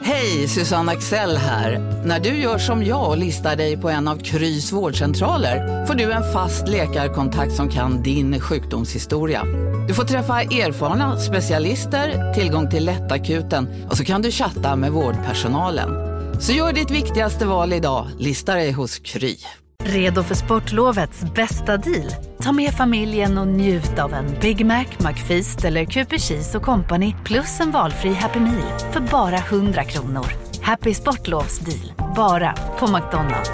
Hej, Susanne Axel här. När du gör som jag och listar dig på en av Krys vårdcentraler får du en fast läkarkontakt som kan din sjukdomshistoria. Du får träffa erfarna specialister, tillgång till lättakuten och så kan du chatta med vårdpersonalen. Så gör ditt viktigaste val idag, lista dig hos Kry. Redo för sportlovets bästa deal? Ta med familjen och njut av en Big Mac, McFeast eller Cooper Cheese och Company plus en valfri Happy Meal för bara 100 kronor. Happy Sportlovs deal, bara på McDonald's.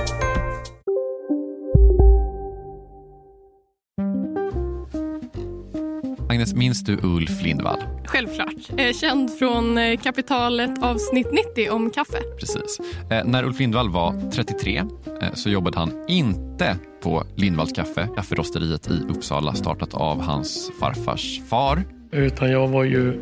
Agnes, minns du Ulf Lindvall? Självklart. Känd från Kapitalet avsnitt 90 om kaffe. Precis. När Ulf Lindvall var 33 så jobbade han inte på Lindvalls kafferosteriet i Uppsala, startat av hans farfars far. Utan jag var ju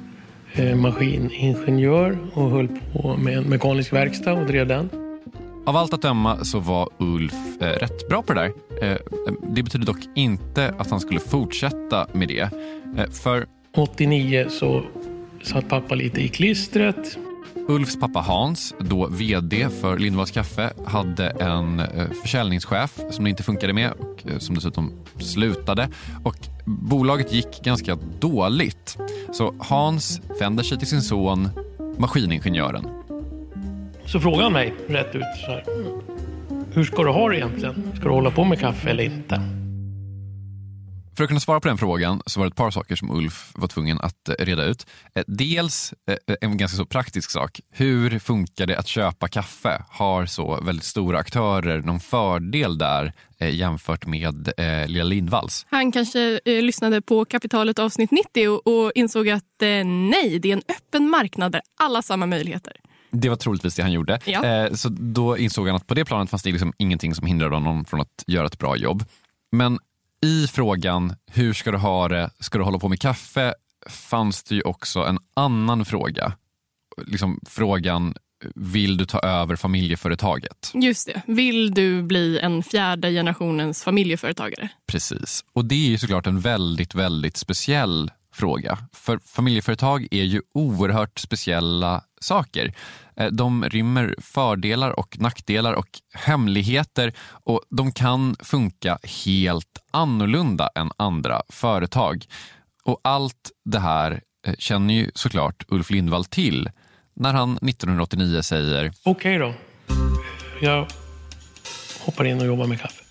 maskiningenjör och höll på med en mekanisk verkstad och drev den. Av allt att döma så var Ulf rätt bra på det där. Det betyder dock inte att han skulle fortsätta med det. För 89 så satt pappa lite i klistret. Ulfs pappa Hans, då vd för Lindvalls kaffe, hade en försäljningschef som det inte funkade med och som dessutom slutade. Och bolaget gick ganska dåligt. Så Hans vänder sig till sin son, maskiningenjören. Så frågade han mig rätt ut så här: hur ska du ha det egentligen? Ska du hålla på med kaffe eller inte? För att kunna svara på den frågan så var det ett par saker som Ulf var tvungen att reda ut. Dels en ganska så praktisk sak. Hur funkar det att köpa kaffe? Har så väldigt stora aktörer någon fördel där jämfört med Lilla Lindvalls? Han kanske lyssnade på Kapitalet avsnitt 90 och insåg att nej, det är en öppen marknad där alla har samma möjligheter. Det var troligtvis det han gjorde. Ja. Så då insåg han att på det planet fanns det liksom ingenting som hindrade honom från att göra ett bra jobb. Men i frågan, hur ska du ha det? Ska du hålla på med kaffe? Fanns det ju också en annan fråga. Liksom frågan, vill du ta över familjeföretaget? Just det. Vill du bli en fjärde generationens familjeföretagare? Precis. Och det är ju såklart en väldigt, väldigt speciell fråga. För familjeföretag är ju oerhört speciella saker. De rymmer fördelar och nackdelar och hemligheter och de kan funka helt annorlunda än andra företag. Och allt det här känner ju såklart Ulf Lindvall till när han 1989 säger: Okej då, jag hoppar in och jobbar med kaffe.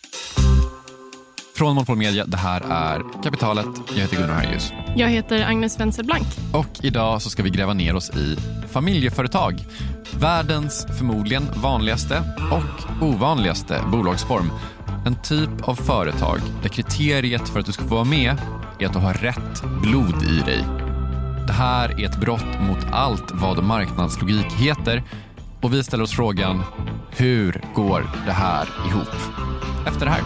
Från Monopol Media, det här är Kapitalet. Jag heter Gunnar Harjus. Jag heter Agnes Wenzel-Blank. Och idag så ska vi gräva ner oss i familjeföretag. Världens förmodligen vanligaste och ovanligaste bolagsform. En typ av företag där kriteriet för att du ska få vara med är att du har rätt blod i dig. Det här är ett brott mot allt vad marknadslogik heter. Och vi ställer oss frågan, hur går det här ihop? Efter det här.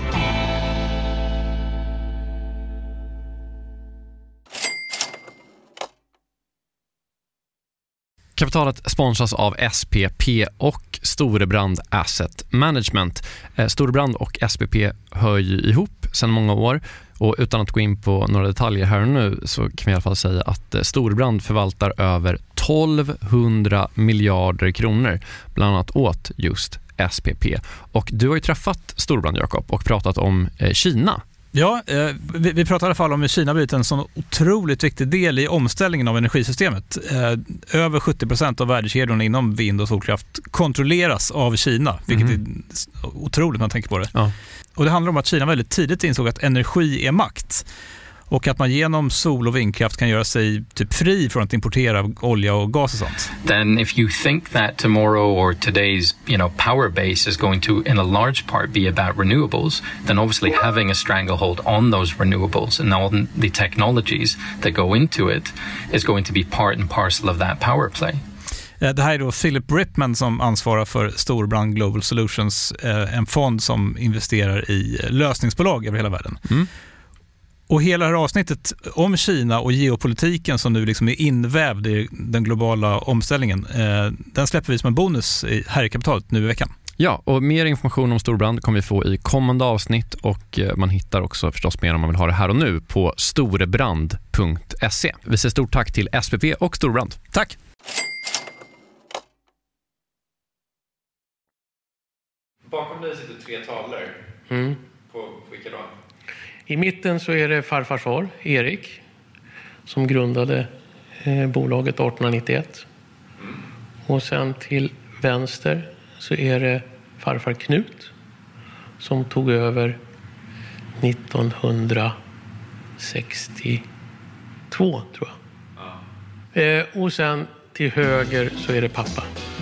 Kapitalet sponsras av SPP och Storebrand Asset Management. Storebrand och SPP hör ju ihop sedan många år och utan att gå in på några detaljer här och nu så kan vi i alla fall säga att Storebrand förvaltar över 1200 miljarder kronor bland annat åt just SPP. Och du har ju träffat Storebrand, Jakob, och pratat om Kina. Ja, vi pratar i alla fall om hur Kina blivit en sån otroligt viktig del i omställningen av energisystemet. Över 70% av värdekedjorna inom vind- och solkraft kontrolleras av Kina, vilket är otroligt när man tänker på det. Ja. Och det handlar om att Kina väldigt tidigt insåg att energi är makt. Och att man genom sol- och vindkraft kan göra sig typ fri från att importera olja och gas och sånt. Then if you think that tomorrow or today's, power base is going to in a large part be about renewables, then obviously having a stranglehold on those renewables and all the technologies that go into it is going to be part and parcel of that power play. Det här är då Philip Ripman som ansvarar för Storebrand Global Solutions, en fond som investerar i lösningsbolag över hela världen. Mm. Och hela det här avsnittet om Kina och geopolitiken som nu liksom är invävd i den globala omställningen, den släpper vi som en bonus här i Kapitalet nu i veckan. Ja, och mer information om Storebrand kommer vi få i kommande avsnitt och man hittar också förstås mer om man vill ha det här och nu på storebrand.se. Vi säger stort tack till SPP och Storebrand. Tack! Bakom dig sitter 3 tavlor. På vilka då? I mitten så är det farfars far, Erik, som grundade bolaget 1891. Och sen till vänster så är det farfar Knut som tog över 1962, tror jag. Och sen till höger så är det pappa.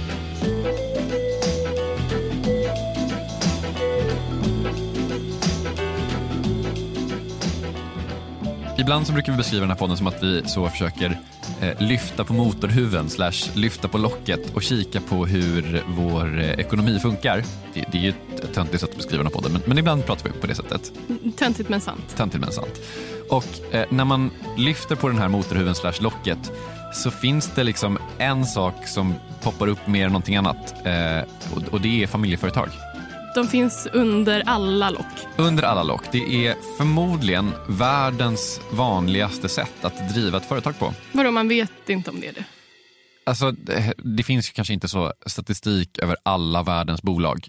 Ibland så brukar vi beskriva den här podden som att vi så försöker lyfta på motorhuven / lyfta på locket och kika på hur vår ekonomi funkar. Det är ju ett töntigt sätt att beskriva den här podden, men ibland pratar vi på det sättet. Töntigt men sant. Töntigt men sant. Och när man lyfter på den här motorhuven / locket så finns det liksom en sak som poppar upp mer än någonting annat. Och det är familjeföretag. De finns under alla lock. Under alla lock. Det är förmodligen världens vanligaste sätt att driva ett företag på. Vadå, man vet inte om det är det? Alltså, det finns ju kanske inte så statistik över alla världens bolag.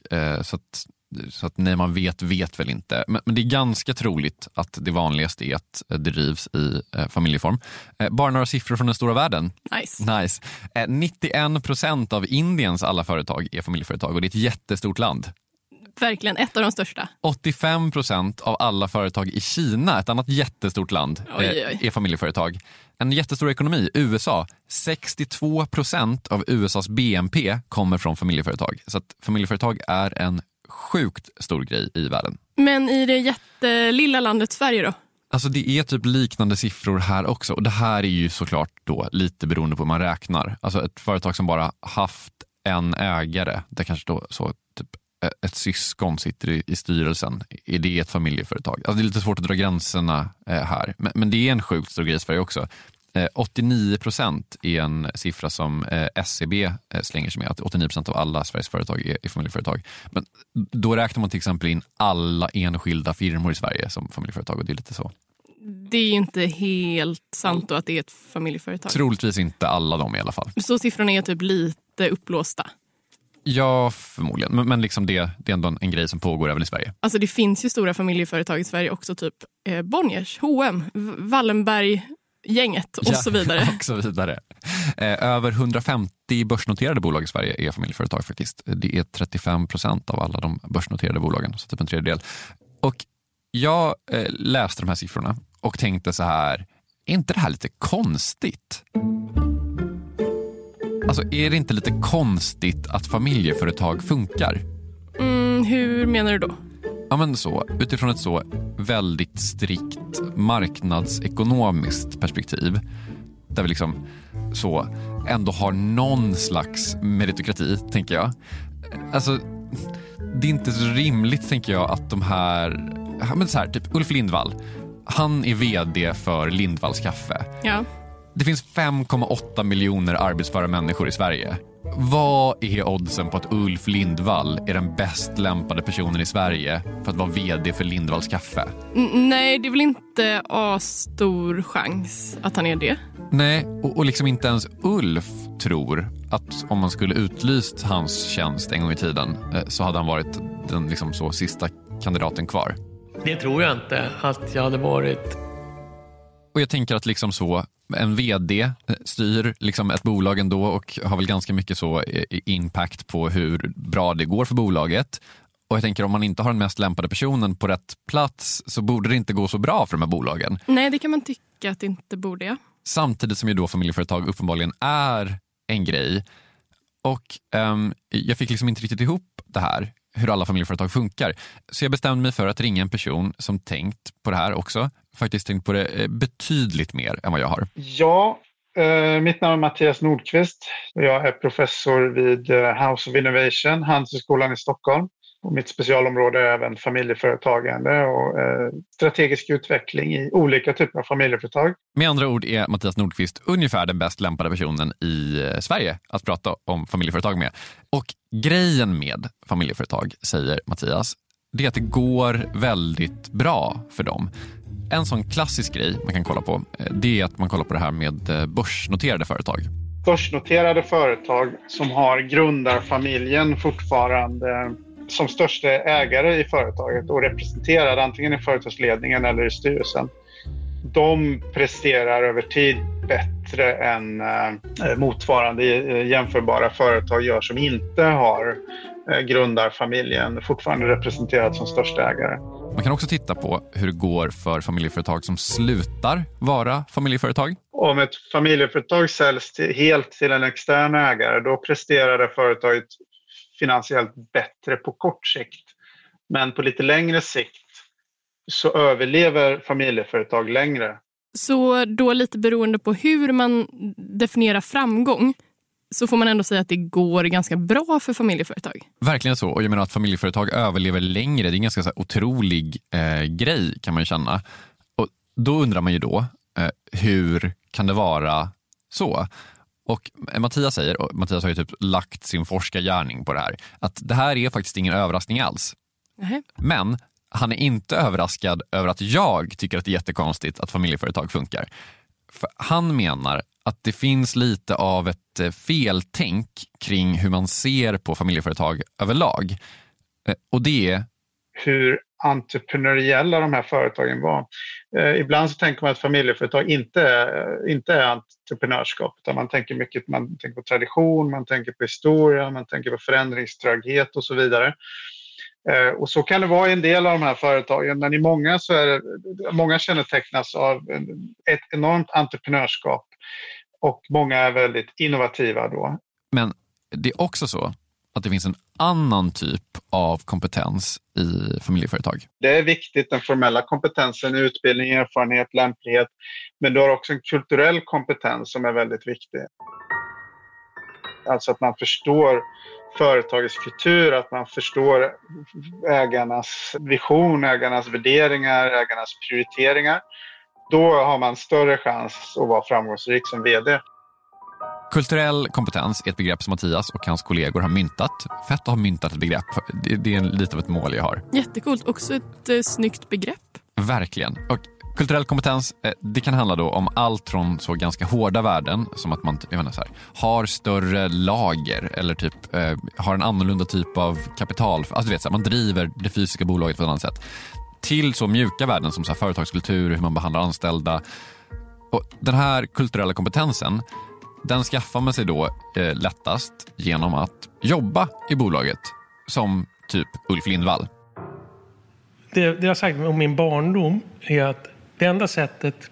Så att när man vet väl inte. Men det är ganska troligt att det vanligaste är att det drivs i familjeform. Bara några siffror från den stora världen. Nice. 91% av Indiens alla företag är familjeföretag och det är ett jättestort land. Verkligen, ett av de största. 85% av alla företag i Kina, ett annat jättestort land, är familjeföretag. En jättestor ekonomi, USA, 62% av USAs BNP kommer från familjeföretag. Så att familjeföretag är en sjukt stor grej i världen. Men i det jättelilla landet Sverige då? Alltså det är typ liknande siffror här också. Och det här är ju såklart då lite beroende på hur man räknar. Alltså ett företag som bara haft en ägare, där kanske då så typ ett syskon sitter i styrelsen, är det ett familjeföretag? Alltså det är lite svårt att dra gränserna här. Men det är en sjukt stor grej i Sverige också. 89% är en siffra som SCB slänger sig med, att 89% av alla Sveriges företag är familjeföretag. Men då räknar man till exempel in alla enskilda firmor i Sverige som familjeföretag och det är lite så. Det är ju inte helt sant då att det är ett familjeföretag. Troligtvis inte alla de i alla fall. Så siffrorna är typ lite uppblåsta. Ja, förmodligen. Men liksom det är ändå en grej som pågår även i Sverige. Alltså det finns ju stora familjeföretag i Sverige också, typ Bonniers, H&M, Wallenberg-gänget och så vidare. Och så vidare. Över 150 börsnoterade bolag i Sverige är familjeföretag faktiskt. Det är 35% av alla de börsnoterade bolagen, så typ en tredjedel. Och jag läste de här siffrorna och tänkte så här, är inte det här lite konstigt? Alltså är det inte lite konstigt att familjeföretag funkar? Hur menar du då? Ja men så, utifrån ett så väldigt strikt marknadsekonomiskt perspektiv där vi liksom så ändå har någon slags meritokrati, tänker jag. Alltså det är inte så rimligt, tänker jag, att de här, men så här typ Ulf Lindvall, han är vd för Lindvalls kaffe. Ja. Det finns 5,8 miljoner arbetsföra människor i Sverige. Vad är oddsen på att Ulf Lindvall är den bäst lämpade personen i Sverige för att vara vd för Lindvalls kaffe? Nej, det är väl inte stor chans att han är det. Nej, och liksom inte ens Ulf tror att om man skulle utlyst hans tjänst en gång i tiden så hade han varit den liksom så sista kandidaten kvar. Det tror jag inte att jag hade varit. Och jag tänker att liksom så en vd styr liksom ett bolag ändå och har väl ganska mycket så impact på hur bra det går för bolaget. Och jag tänker om man inte har den mest lämpade personen på rätt plats så borde det inte gå så bra för de här bolagen. Nej, det kan man tycka att det inte borde, ja. Samtidigt som ju då familjeföretag uppenbarligen är en grej. Och jag fick liksom inte riktigt ihop det här, hur alla familjeföretag funkar. Så jag bestämde mig för att ringa en person som tänkt på det här också. Faktiskt tänkt på det betydligt mer än vad jag har. Ja, mitt namn är Mattias Nordqvist. Jag är professor vid House of Innovation, Handelshögskolan i Stockholm. Och mitt specialområde är även familjeföretagande och strategisk utveckling i olika typer av familjeföretag. Med andra ord är Mattias Nordqvist ungefär den bäst lämpade personen i Sverige att prata om familjeföretag med. Och grejen med familjeföretag, säger Mattias, det är att det går väldigt bra för dem. En sån klassisk grej man kan kolla på, det är att man kollar på det här med börsnoterade företag. Börsnoterade företag som har grundarfamiljen fortfarande som största ägare i företaget och representerad antingen i företagsledningen eller i styrelsen, de presterar över tid bättre än motsvarande jämförbara företag gör som inte har grundarfamiljen fortfarande representerad som största ägare. Man kan också titta på hur det går för familjeföretag som slutar vara familjeföretag. Om ett familjeföretag säljs helt till en extern ägare, då presterar det företaget finansiellt bättre på kort sikt. Men på lite längre sikt så överlever familjeföretag längre. Så då lite beroende på hur man definierar framgång så får man ändå säga att det går ganska bra för familjeföretag. Verkligen så. Och jag menar att familjeföretag överlever längre. Det är en ganska så här otrolig grej kan man ju känna. Och då undrar man ju då, hur kan det vara så? Och Mattias säger, och Mattias har ju typ lagt sin forskargärning på det här, att det här är faktiskt ingen överraskning alls. Men han är inte överraskad över att jag tycker att det är jättekonstigt att familjeföretag funkar. För han menar att det finns lite av ett feltänk kring hur man ser på familjeföretag överlag. Och det är hur entreprenöriella de här företagen var. Ibland så tänker man att familjeföretag inte är entreprenörskap, utan man tänker på tradition, man tänker på historia, man tänker på förändringströghet och så vidare. Och så kan det vara i en del av de här företagen, men i många så är många kännetecknas av ett enormt entreprenörskap och många är väldigt innovativa då. Men det är också så att det finns en annan typ av kompetens i familjeföretag. Det är viktigt, den formella kompetensen, utbildning, erfarenhet, lämplighet, men du har också en kulturell kompetens som är väldigt viktig. Alltså att man förstår företagets kultur, att man förstår ägarnas vision, ägarnas värderingar, ägarnas prioriteringar. Då har man större chans att vara framgångsrik som vd. Kulturell kompetens är ett begrepp som Mattias och hans kollegor har myntat. Fett att ha myntat ett begrepp. Det är lite av ett mål jag har. Jättekult. Också ett snyggt begrepp. Verkligen. Och kulturell kompetens, det kan handla då om allt från så ganska hårda värden som att man har större lager eller typ har en annorlunda typ av kapital. Alltså du vet, så här, man driver det fysiska bolaget på ett annat sätt. Till så mjuka värden som så här, företagskultur, hur man behandlar anställda. Och den här kulturella kompetensen, den skaffar man sig då lättast genom att jobba i bolaget som typ Ulf Lindvall. Det jag sagt om min barndom är att det enda sättet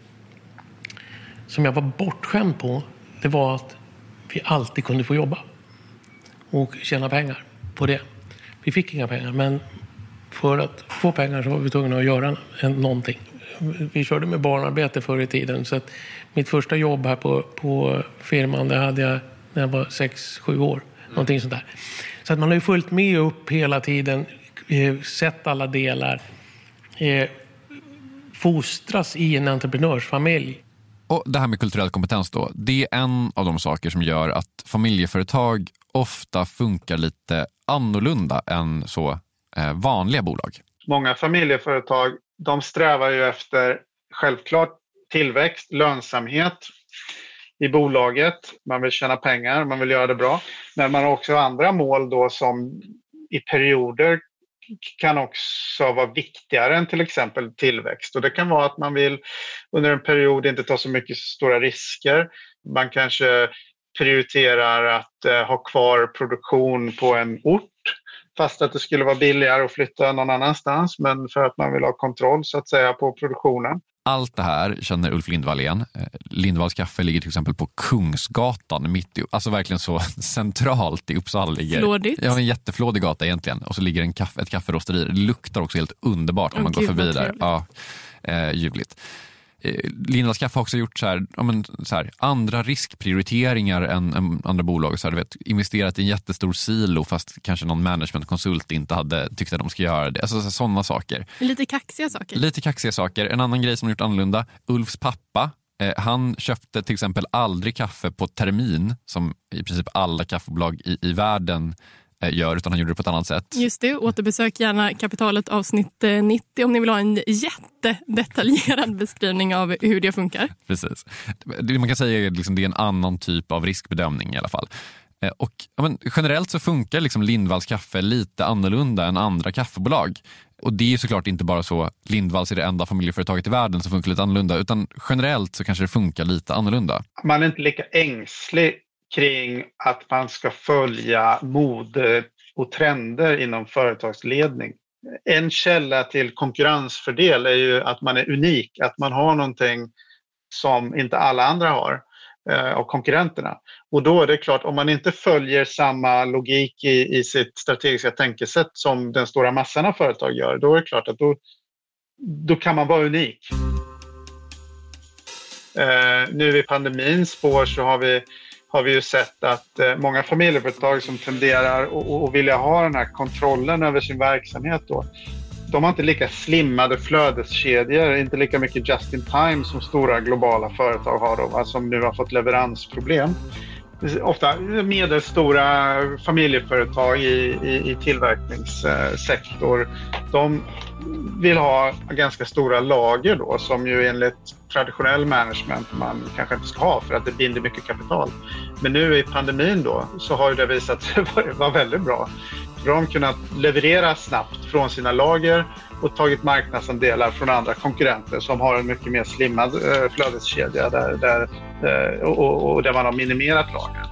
som jag var bortskämd på, det var att vi alltid kunde få jobba och tjäna pengar på det. Vi fick inga pengar, men för att få pengar så var vi tvungna att göra någonting. Vi körde med barnarbete förr i tiden, så att mitt första jobb här på firman, det hade jag när jag var 6-7 år. Någonting sånt där. Så att man har ju följt med upp hela tiden, sett alla delar, fostras i en entreprenörsfamilj. Och det här med kulturell kompetens då, det är en av de saker som gör att familjeföretag ofta funkar lite annorlunda än så vanliga bolag. Många familjeföretag, de strävar ju efter självklart tillväxt, lönsamhet i bolaget. Man vill tjäna pengar, man vill göra det bra. Men man har också andra mål då som i perioder kan också vara viktigare än till exempel tillväxt. Och det kan vara att man vill under en period inte ta så mycket stora risker. Man kanske prioriterar att ha kvar produktion på en ort, fast att det skulle vara billigare att flytta någon annanstans, men för att man vill ha kontroll så att säga på produktionen. Allt det här känner Ulf Lindvall igen. Lindvalls kaffe ligger till exempel på Kungsgatan mitt i, alltså verkligen så centralt i Uppsala ligger. Flådigt. Ja, en jätteflådig gata egentligen. Och så ligger ett kafferosteri. Det luktar också helt underbart om man går förbi där. Ja, ljuvligt. Lindvalls kaffe har också gjort så här, andra riskprioriteringar än andra bolag. Så här, du vet, investerat i en jättestor silo fast kanske någon managementkonsult inte hade tyckt att de ska göra det. Alltså sådana saker. Lite kaxiga saker. Lite kaxiga saker. En annan grej som gjort annorlunda. Ulfs pappa, han köpte till exempel aldrig kaffe på termin som i princip alla kaffebolag i världen gör, utan han gjorde det på ett annat sätt. Just det, återbesök gärna Kapitalet avsnitt 90 om ni vill ha en jättedetaljerad beskrivning av hur det funkar. Precis. Det man kan säga är liksom, det är en annan typ av riskbedömning i alla fall. Och generellt så funkar liksom Lindvalls kaffe lite annorlunda än andra kaffebolag. Och det är såklart inte bara så Lindvalls är det enda familjeföretaget i världen som funkar lite annorlunda, utan generellt så kanske det funkar lite annorlunda. Man är inte lika ängslig kring att man ska följa mode och trender inom företagsledning. En källa till konkurrensfördel är ju att man är unik, att man har någonting som inte alla andra har av konkurrenterna. Och då är det klart, om man inte följer samma logik i sitt strategiska tänkesätt som den stora massan av företag gör, då är det klart att då kan man vara unik. Nu i pandemins spår så har vi ju sett att många familjeföretag som tenderar att vilja ha den här kontrollen över sin verksamhet då, de har inte lika slimmade flödeskedjor, inte lika mycket just in time som stora globala företag har då, som nu har fått leveransproblem. Ofta medelstora familjeföretag i tillverkningssektor, de vill ha ganska stora lager då, som ju enligt traditionell management man kanske inte ska ha för att det binder mycket kapital. Men nu i pandemin då så har ju det visat sig vara väldigt bra. För de har kunnat leverera snabbt från sina lager och tagit marknadsandelar från andra konkurrenter som har en mycket mer slimmad flödeskedja där man har minimerat lager.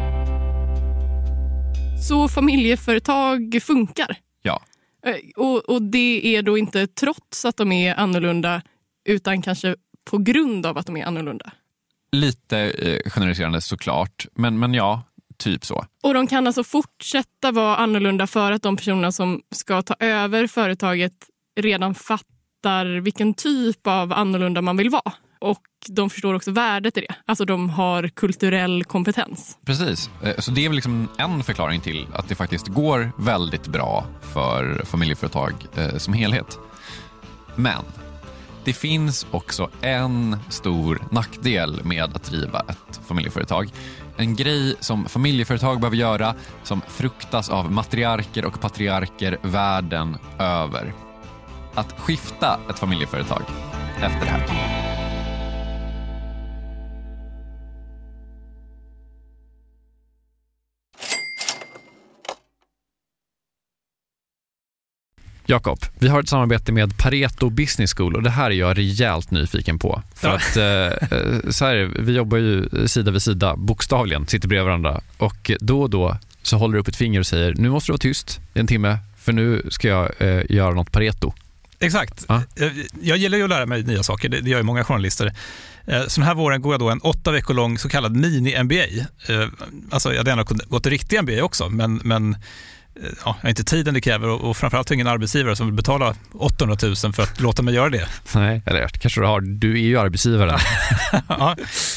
Så familjeföretag funkar? Ja. Och det är då inte trots att de är annorlunda, utan kanske på grund av att de är annorlunda? Lite generaliserande såklart, men ja, typ så. Och de kan alltså fortsätta vara annorlunda för att de personer som ska ta över företaget redan fattar vilken typ av annorlunda man vill vara. Och de förstår också värdet i det. Alltså de har kulturell kompetens. Precis. Så det är väl liksom en förklaring till att det faktiskt går väldigt bra för familjeföretag som helhet. Men det finns också en stor nackdel med att driva ett familjeföretag. En grej som familjeföretag behöver göra som fruktas av matriarker och patriarker världen över. Att skifta ett familjeföretag efter det här. Jakob, vi har ett samarbete med Pareto Business School och det här är jag rejält nyfiken på. För att så här, vi jobbar ju sida vid sida, bokstavligen, sitter bredvid varandra. Och då så håller du upp ett finger och säger, nu måste du vara tyst i en timme för nu ska jag göra något Pareto. Exakt. Ja. Jag gillar ju att lära mig nya saker, det gör ju många journalister. Så den här våren går jag då en 8 veckor lång så kallad mini-MBA. Alltså jag hade gärna gått en riktig MBA också, men jag har inte tiden det kräver och framförallt ingen arbetsgivare som vill betala 800 000 för att låta mig göra det. Nej, eller kanske du har. Du är ju arbetsgivare. Ja,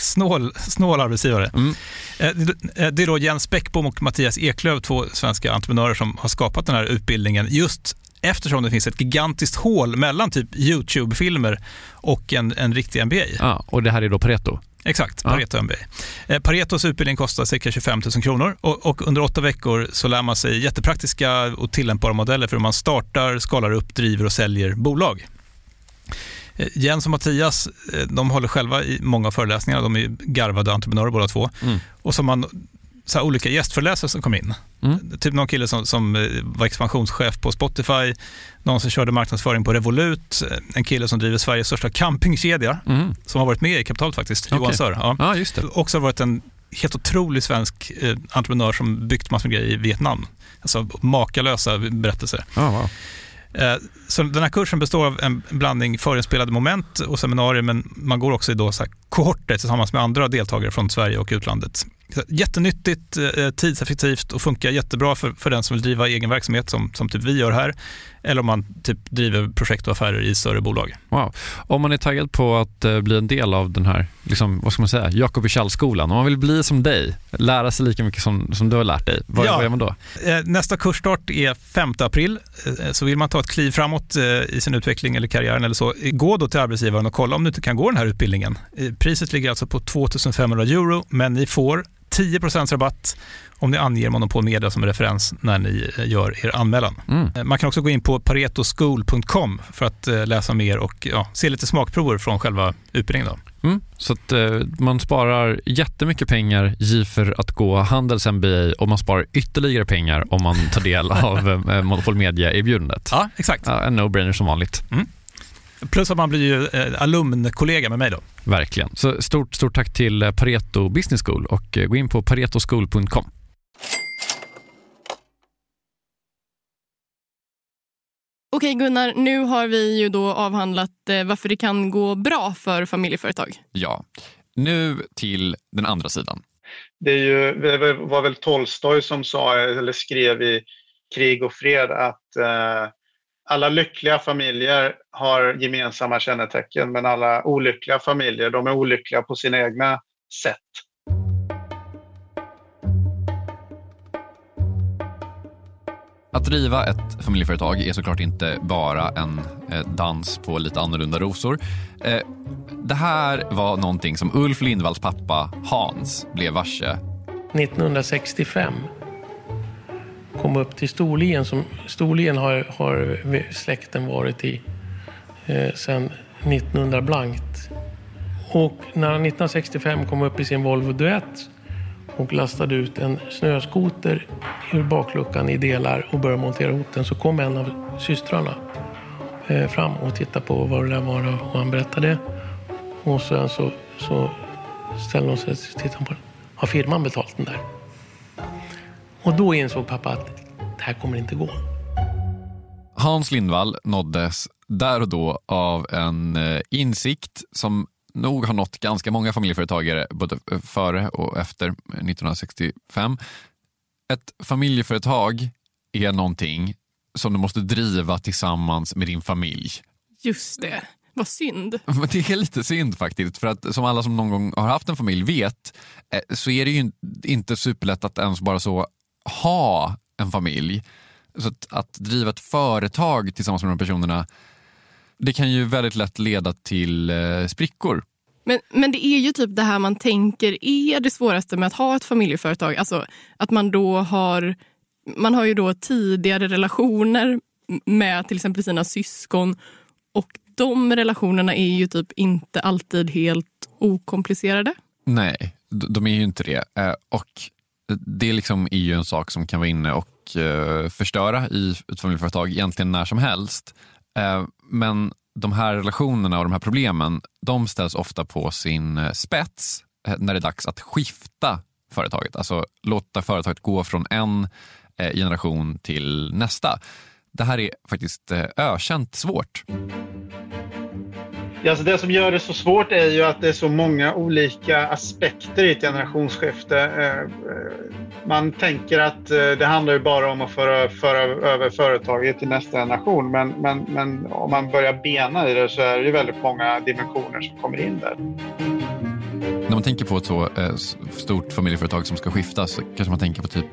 snål arbetsgivare. Mm. Det är då Jens Bäckbom och Mattias Eklöf, 2 svenska entreprenörer som har skapat den här utbildningen just eftersom det finns ett gigantiskt hål mellan typ YouTube-filmer och en riktig MBA. Ja, och det här är då Pareto. Exakt, Pareto MBA. Paretos utbildning kostar cirka 25 000 kronor och under 8 veckor så lär man sig jättepraktiska och tillämpbara modeller för hur man startar, skalar upp, driver och säljer bolag. Jens och Mattias, de håller själva i många föreläsningar, de är garvade entreprenörer båda 2. Och som man så här olika gästföreläsare som kom in. Typ någon kille som var expansionschef på Spotify, någon som körde marknadsföring på Revolut, en kille som driver Sveriges största campingkedja som har varit med i kapitalet faktiskt, Johan Sör. Ja, just det. Också har varit en helt otrolig svensk entreprenör som byggt massor med grejer i Vietnam. Alltså makalösa berättelser. Wow. Så den här kursen består av en blandning förinspelade moment och seminarier, men man går också i då så här kohorter tillsammans med andra deltagare från Sverige och utlandet. Jättenyttigt, tidseffektivt och funkar jättebra för den som vill driva egen verksamhet som typ vi gör här, eller om man typ driver projekt och affärer i större bolag. Wow. Om man är taggad på att bli en del av den här, liksom, vad ska man säga, Jakob Wichall-skolan, om man vill bli som dig, lära sig lika mycket som du har lärt dig, vad gör man då? Nästa kursstart är 5 april, så vill man ta ett kliv framåt i sin utveckling eller karriären eller så, gå då till arbetsgivaren och kolla om du inte kan gå den här utbildningen. Priset ligger alltså på 2 500 euro, men ni får 10% rabatt om ni anger Monopol Media som referens när ni gör er anmälan. Man kan också gå in på paretoschool.com för att läsa mer och se lite smakprover från själva utbildningen då. Så att man sparar jättemycket pengar för att gå Handels MBA och man sparar ytterligare pengar om man tar del av Monopol Media-erbjudandet. Ja, exakt. Ja, en no-brainer som vanligt. Plus att man blir ju alumnkollega med mig då. Verkligen. Så stort tack till Pareto Business School och gå in på paretoschool.com. Okej Gunnar, nu har vi ju då avhandlat varför det kan gå bra för familjeföretag. Ja, nu till den andra sidan. Det var väl Tolstoj som sa eller skrev i Krig och fred att alla lyckliga familjer har gemensamma kännetecken, men alla olyckliga familjer, de är olyckliga på sina egna sätt. Att driva ett familjeföretag är såklart inte bara en dans på lite annorlunda rosor. Det här var någonting som Ulf Lindvalls pappa Hans blev varse. 1965 kom upp till Storlien. Storlien har släkten varit i sedan 1900 blankt. Och när han 1965 kom upp i sin Volvo Duett och lastade ut en snöskoter ur bakluckan i delar och började montera ihop den, så kom en av systrarna fram och tittade på vad det där var och han berättade. Och sen så ställde hon sig och tittade på den. Har firman betalt den där? Och då insåg pappa att det här kommer inte gå. Hans Lindvall nåddes där och då av en insikt som nog har nått ganska många familjeföretagare både före och efter 1965. Ett familjeföretag är någonting som du måste driva tillsammans med din familj. Just det. Vad synd. Det är lite synd faktiskt, för att som alla som någon gång har haft en familj vet, så är det ju inte superlätt att ens bara så ha en familj. Så att driva ett företag tillsammans med de personerna, det kan ju väldigt lätt leda till sprickor. Men det är ju typ det här man tänker är det svåraste med att ha ett familjeföretag. Alltså att man har ju då tidigare relationer med till exempel sina syskon, och de relationerna är ju typ inte alltid helt okomplicerade. Nej, de är ju inte det. Och det liksom är ju en sak som kan vara inne och förstöra i ett familjeföretag egentligen när som helst. Men de här relationerna och de här problemen, de ställs ofta på sin spets när det är dags att skifta företaget. Alltså låta företaget gå från en generation till nästa. Det här är faktiskt ökänt svårt. Ja, alltså det som gör det så svårt är ju att det är så många olika aspekter i ett generationsskifte. Man tänker att det handlar ju bara om att föra över företaget till nästa generation. Men om man börjar bena i det så är det ju väldigt många dimensioner som kommer in där. När man tänker på ett så stort familjeföretag som ska skiftas så kanske man tänker på typ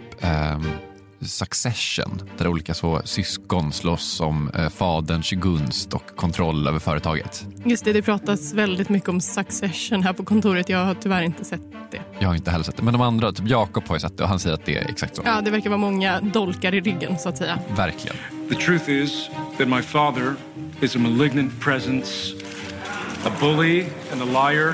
Succession, där olika så syskon slåss om faderns gunst och kontroll över företaget. Just det pratas väldigt mycket om Succession här på kontoret. Jag har tyvärr inte sett det. Jag har inte heller sett det, men de andra, typ Jakob har ju sett det och han säger att det är exakt så. Ja, det verkar vara många dolkar i ryggen så att säga. Verkligen. The truth is that my father is a malignant presence, a bully and a liar.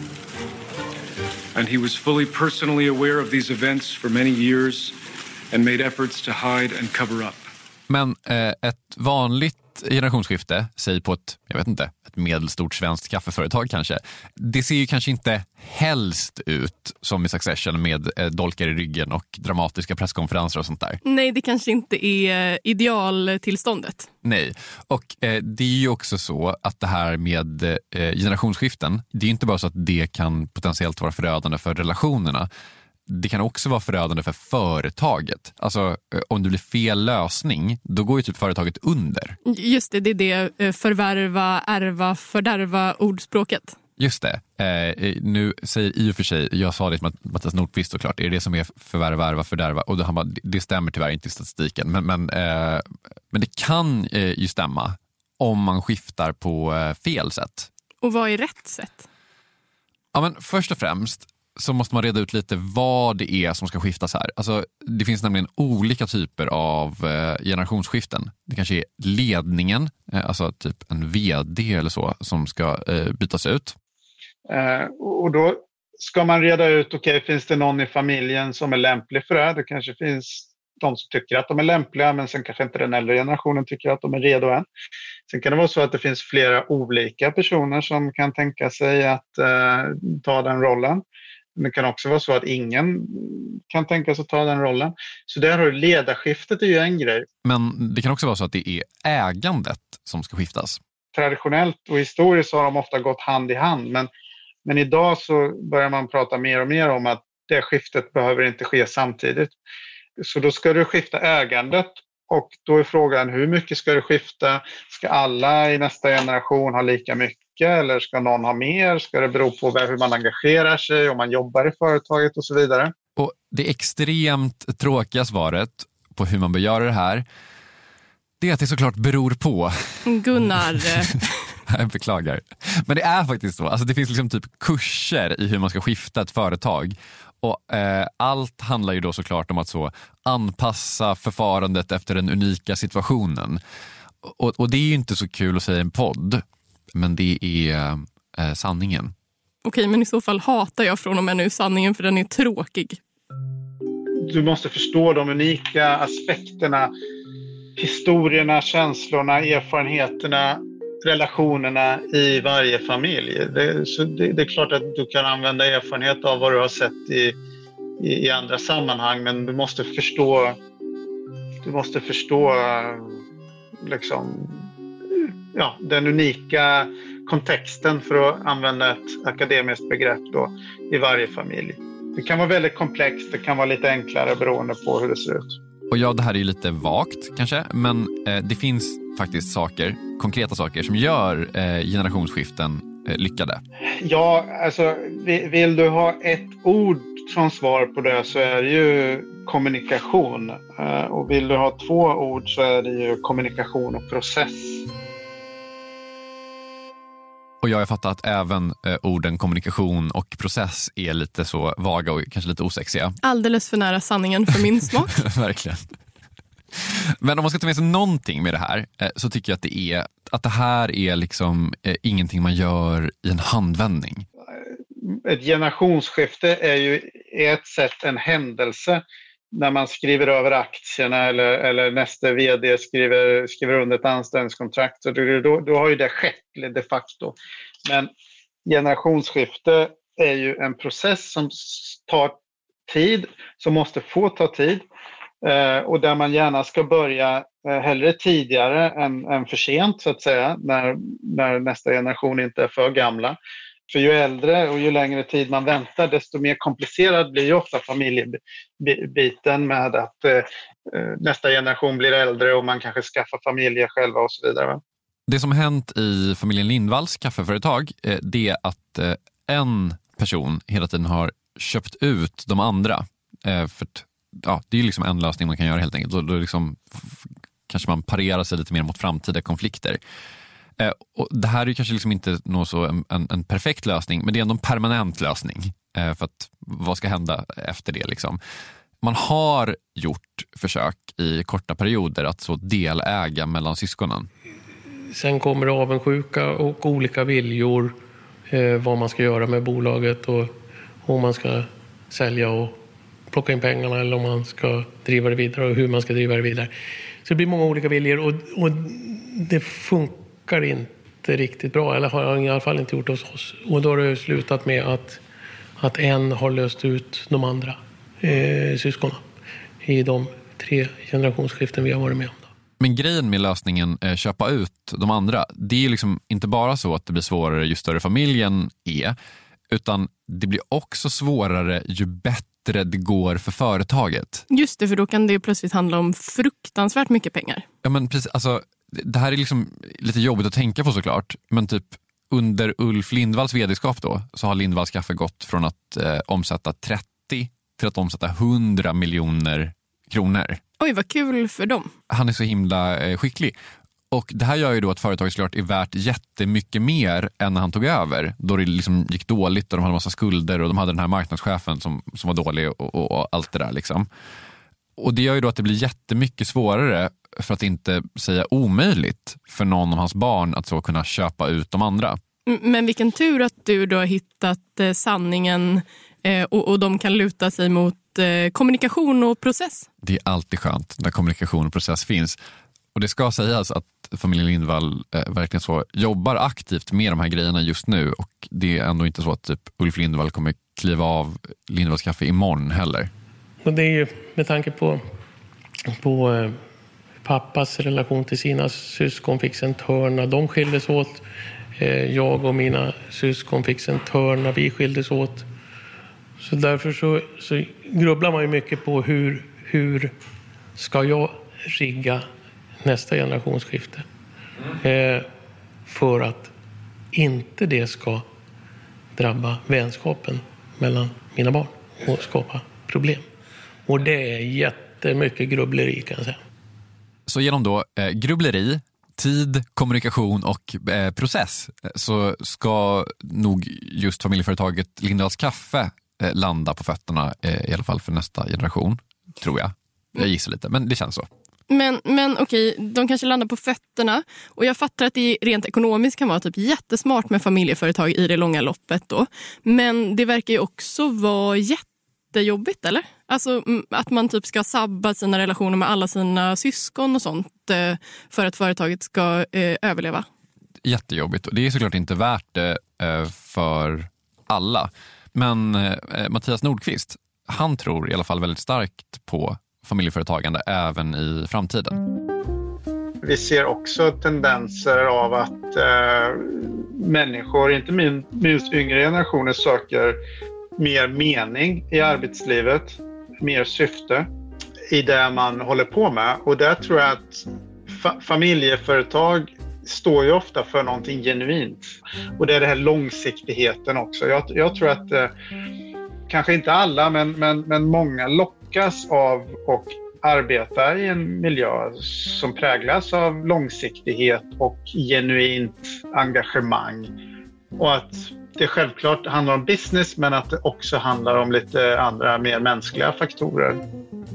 And he was fully personally aware of these events for many years and made efforts to hide and cover up. Men ett vanligt generationsskifte, säg på ett medelstort svenskt kaffeföretag kanske, det ser ju kanske inte helst ut som i Succession med dolkar i ryggen och dramatiska presskonferenser och sånt där. Nej, det kanske inte är idealtillståndet. Nej, och det är ju också så att det här med generationsskiften, det är inte bara så att det kan potentiellt vara förödande för relationerna. Det kan också vara förödande för företaget. Alltså om det blir fel lösning, då går ju typ företaget under. Just det, det är det förvärva, ärva, fördärva ordspråket. Just det. Nu säger i och för sig, jag sa det till Mattias Nordqvist såklart, är det som är förvärva, ärva, fördärva? Och då han bara, det stämmer tyvärr inte i statistiken. Men det kan ju stämma om man skiftar på fel sätt. Och vad är rätt sätt? Ja, men först och främst så måste man reda ut lite vad det är som ska skiftas här. Alltså, det finns nämligen olika typer av generationsskiften. Det kanske är ledningen, alltså typ en vd eller så, som ska bytas ut. Och då ska man reda ut, okej, finns det någon i familjen som är lämplig för det? Det kanske finns de som tycker att de är lämpliga, men sen kanske inte den äldre generationen tycker att de är redo än. Sen kan det vara så att det finns flera olika personer som kan tänka sig att ta den rollen. Men det kan också vara så att ingen kan tänka sig att ta den rollen. Så där har ledarskiftet är ju en grej. Men det kan också vara så att det är ägandet som ska skiftas. Traditionellt och historiskt har de ofta gått hand i hand. Men idag så börjar man prata mer och mer om att det skiftet behöver inte ske samtidigt. Så då ska du skifta ägandet, och då är frågan, hur mycket ska du skifta? Ska alla i nästa generation ha lika mycket, eller ska någon ha mer? Ska det bero på hur man engagerar sig, om man jobbar i företaget och så vidare? Och det extremt tråkiga svaret på hur man bör göra det här, det är att det såklart beror på. Gunnar. Jag beklagar. Men det är faktiskt så. Alltså det finns liksom typ kurser i hur man ska skifta ett företag. Och allt handlar ju då såklart om att så anpassa förfarandet efter den unika situationen. Och det är ju inte så kul att säga i en podd, men det är sanningen. Okej, men i så fall hatar jag från och med nu sanningen, för den är tråkig. Du måste förstå de unika aspekterna, historierna, känslorna, erfarenheterna, relationerna i varje familj. Det är klart att du kan använda erfarenhet av vad du har sett i andra sammanhang, men du måste förstå liksom, ja, den unika kontexten, för att använda ett akademiskt begrepp då, i varje familj. Det kan vara väldigt komplext, det kan vara lite enklare beroende på hur det ser ut. Och ja, det här är ju lite vagt kanske, men det finns faktiskt konkreta saker som gör generationsskiften lyckade. Ja, alltså vill du ha ett ord som svar på det, så är det ju kommunikation. Och vill du ha 2 ord, så är det ju kommunikation och process. Och jag har fattat att även orden kommunikation och process är lite så vaga och kanske lite osexiga. Alldeles för nära sanningen för min smak. Verkligen. Men om man ska ta med sig någonting med det här, så tycker jag att det här är liksom ingenting man gör i en handvändning. Ett generationsskifte är ju ett sätt, en händelse, när man skriver över aktierna eller nästa vd skriver under ett anställningskontrakt. Så då har ju det skett de facto. Men generationsskifte är ju en process som tar tid, som måste få ta tid. Och där man gärna ska börja hellre tidigare än för sent, så att säga, när nästa generation inte är för gamla. För ju äldre och ju längre tid man väntar, desto mer komplicerad blir ju ofta familjebiten, med att nästa generation blir äldre och man kanske skaffar familjer själva och så vidare. Det som har hänt i familjen Lindvalls kaffeföretag, det är att en person hela tiden har köpt ut de andra. För det är liksom en lösning man kan göra helt enkelt. Då liksom, kanske man parerar sig lite mer mot framtida konflikter. Och det här är ju kanske liksom inte en perfekt lösning, men det är ändå en permanent lösning. För att vad ska hända efter det liksom? Man har gjort försök i korta perioder att så deläga mellan syskonen. Sen kommer avundsjuka och olika viljor, vad man ska göra med bolaget och om man ska sälja och plocka in pengarna, eller om man ska driva det vidare och hur man ska driva det vidare. Så det blir många olika viljor och det funkar inte riktigt bra, eller har i alla fall inte gjort hos oss. Och då har det slutat med att en har löst ut de andra syskonen i de 3 generationsskiften vi har varit med om. Men grejen med lösningen köpa ut de andra, det är liksom inte bara så att det blir svårare ju större familjen är, utan det blir också svårare ju bättre det går för företaget. Just det, för då kan det plötsligt handla om fruktansvärt mycket pengar. Ja, men precis, alltså det här är liksom lite jobbigt att tänka på såklart, men typ under Ulf Lindvalls vd-skap då, så har Lindvalls kaffe gått från att omsätta 30 till att omsätta 100 miljoner kronor. Oj, vad kul för dem. Han är så himla skicklig. Och det här gör ju då att företaget såklart är värt jättemycket mer än när han tog över. Då det liksom gick dåligt och de hade en massa skulder och de hade den här marknadschefen som var dålig och allt det där liksom. Och det gör ju då att det blir jättemycket svårare, för att inte säga omöjligt, för någon av hans barn att så kunna köpa ut de andra. Men vilken tur att du då har hittat sanningen och de kan luta sig mot kommunikation och process. Det är alltid skönt när kommunikation och process finns. Och det ska sägas att familjen Lindvall verkligen så jobbar aktivt med de här grejerna just nu. Och det är ändå inte så att typ Ulf Lindvall kommer kliva av Lindvalls kaffe imorgon heller. Och det är ju med tanke på pappas relation till sina syskon fick en törn när de skildes åt. Jag och mina syskon fick en törn när vi skildes åt. Så därför så grubblar man ju mycket på hur ska jag rigga nästa generationsskifte för att inte det ska drabba vänskapen mellan mina barn och skapa problem. Och det är jättemycket grubbleri kan jag säga. Så genom då grubbleri, tid, kommunikation och process så ska nog just familjeföretaget Lindvalls kaffe landa på fötterna i alla fall för nästa generation, tror jag. Jag gissar lite, men det känns så. Men okej, de kanske landar på fötterna och jag fattar att det rent ekonomiskt kan vara typ jättesmart med familjeföretag i det långa loppet då. Men det verkar ju också vara jättejobbigt, eller? Alltså att man typ ska sabba sina relationer med alla sina syskon och sånt för att företaget ska överleva. Jättejobbigt och det är såklart inte värt det för alla. Men Mattias Nordqvist, han tror i alla fall väldigt starkt på familjeföretagande även i framtiden. Vi ser också tendenser av att människor, inte minst yngre generationer, söker mer mening i arbetslivet, mer syfte i det man håller på med. Och där tror jag att familjeföretag står ju ofta för någonting genuint. Och det är det här långsiktigheten också. Jag tror att kanske inte alla, men många lockas av och arbetar i en miljö som präglas av långsiktighet och genuint engagemang. Och att det självklart handlar om business, men att det också handlar om lite andra mer mänskliga faktorer.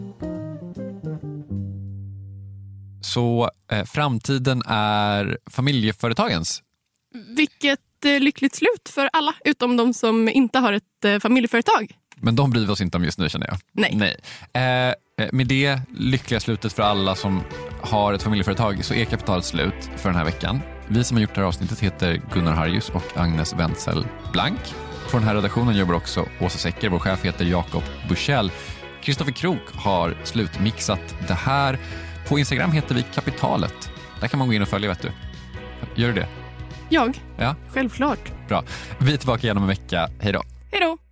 Så framtiden är familjeföretagens? Vilket lyckligt slut för alla, utom de som inte har ett familjeföretag. Men de bryr oss inte om just nu, känner jag. Nej. Med det lyckliga slutet för alla som har ett familjeföretag så är kapitalet slut för den här veckan. Vi som har gjort det här avsnittet heter Gunnar Harjus och Agnes Wenzel Blank. På den här redaktionen jobbar också Åsa Secker, vår chef heter Jakob Bursell. Kristoffer Krok har slutmixat det här. På Instagram heter vi Kapitalet. Där kan man gå in och följa, vet du. Gör du det? Jag? Ja. Självklart. Bra. Vi är tillbaka igen om en vecka. Hej då. Hej då.